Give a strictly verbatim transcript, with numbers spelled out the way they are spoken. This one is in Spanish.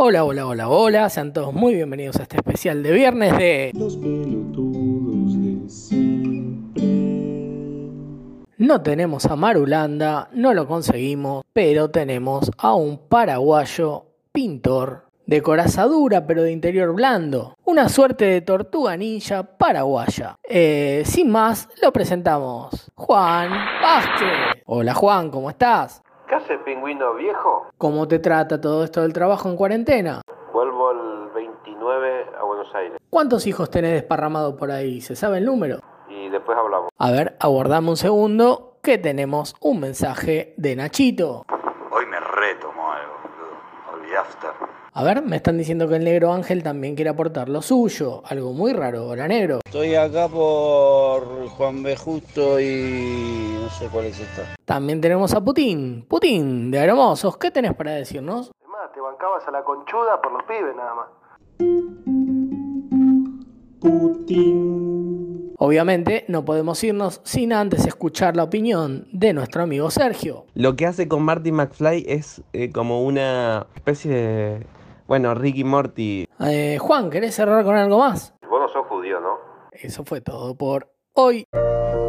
Hola, hola, hola, hola, sean todos muy bienvenidos a este especial de viernes de Los pelotudos de siempre. No tenemos a Marulanda, no lo conseguimos, pero tenemos a un paraguayo pintor de coraza dura pero de interior blando, una suerte de tortuga ninja paraguaya. Eh, sin más, lo presentamos, Juan Vázquez. Hola Juan, ¿cómo estás? ¿Qué hace, pingüino viejo? ¿Cómo te trata todo esto del trabajo en cuarentena? Vuelvo el veintinueve a Buenos Aires ¿Cuántos hijos tenés desparramados por ahí? ¿Se sabe el número? y después hablamos. A ver, aguardame un segundo que tenemos un mensaje de Nachito. Hoy me retomo algo, boludo. Olvidaste. A ver, me están diciendo que el negro Ángel también quiere aportar lo suyo. Algo muy raro. Hola, negro. Estoy acá por Juan B. Justo y no sé cuál es esta. También tenemos a Putin. Putin, de Hermosos, ¿qué tenés para decirnos? Además, te bancabas a la conchuda por los pibes nada más. Putin. Obviamente no podemos irnos sin antes escuchar la opinión de nuestro amigo Sergio. Lo que hace con Marty McFly es eh, como una especie de... Bueno, Ricky Morty. Eh, Juan, ¿querés cerrar con algo más? Vos no sos judío, ¿no? Eso fue todo por hoy.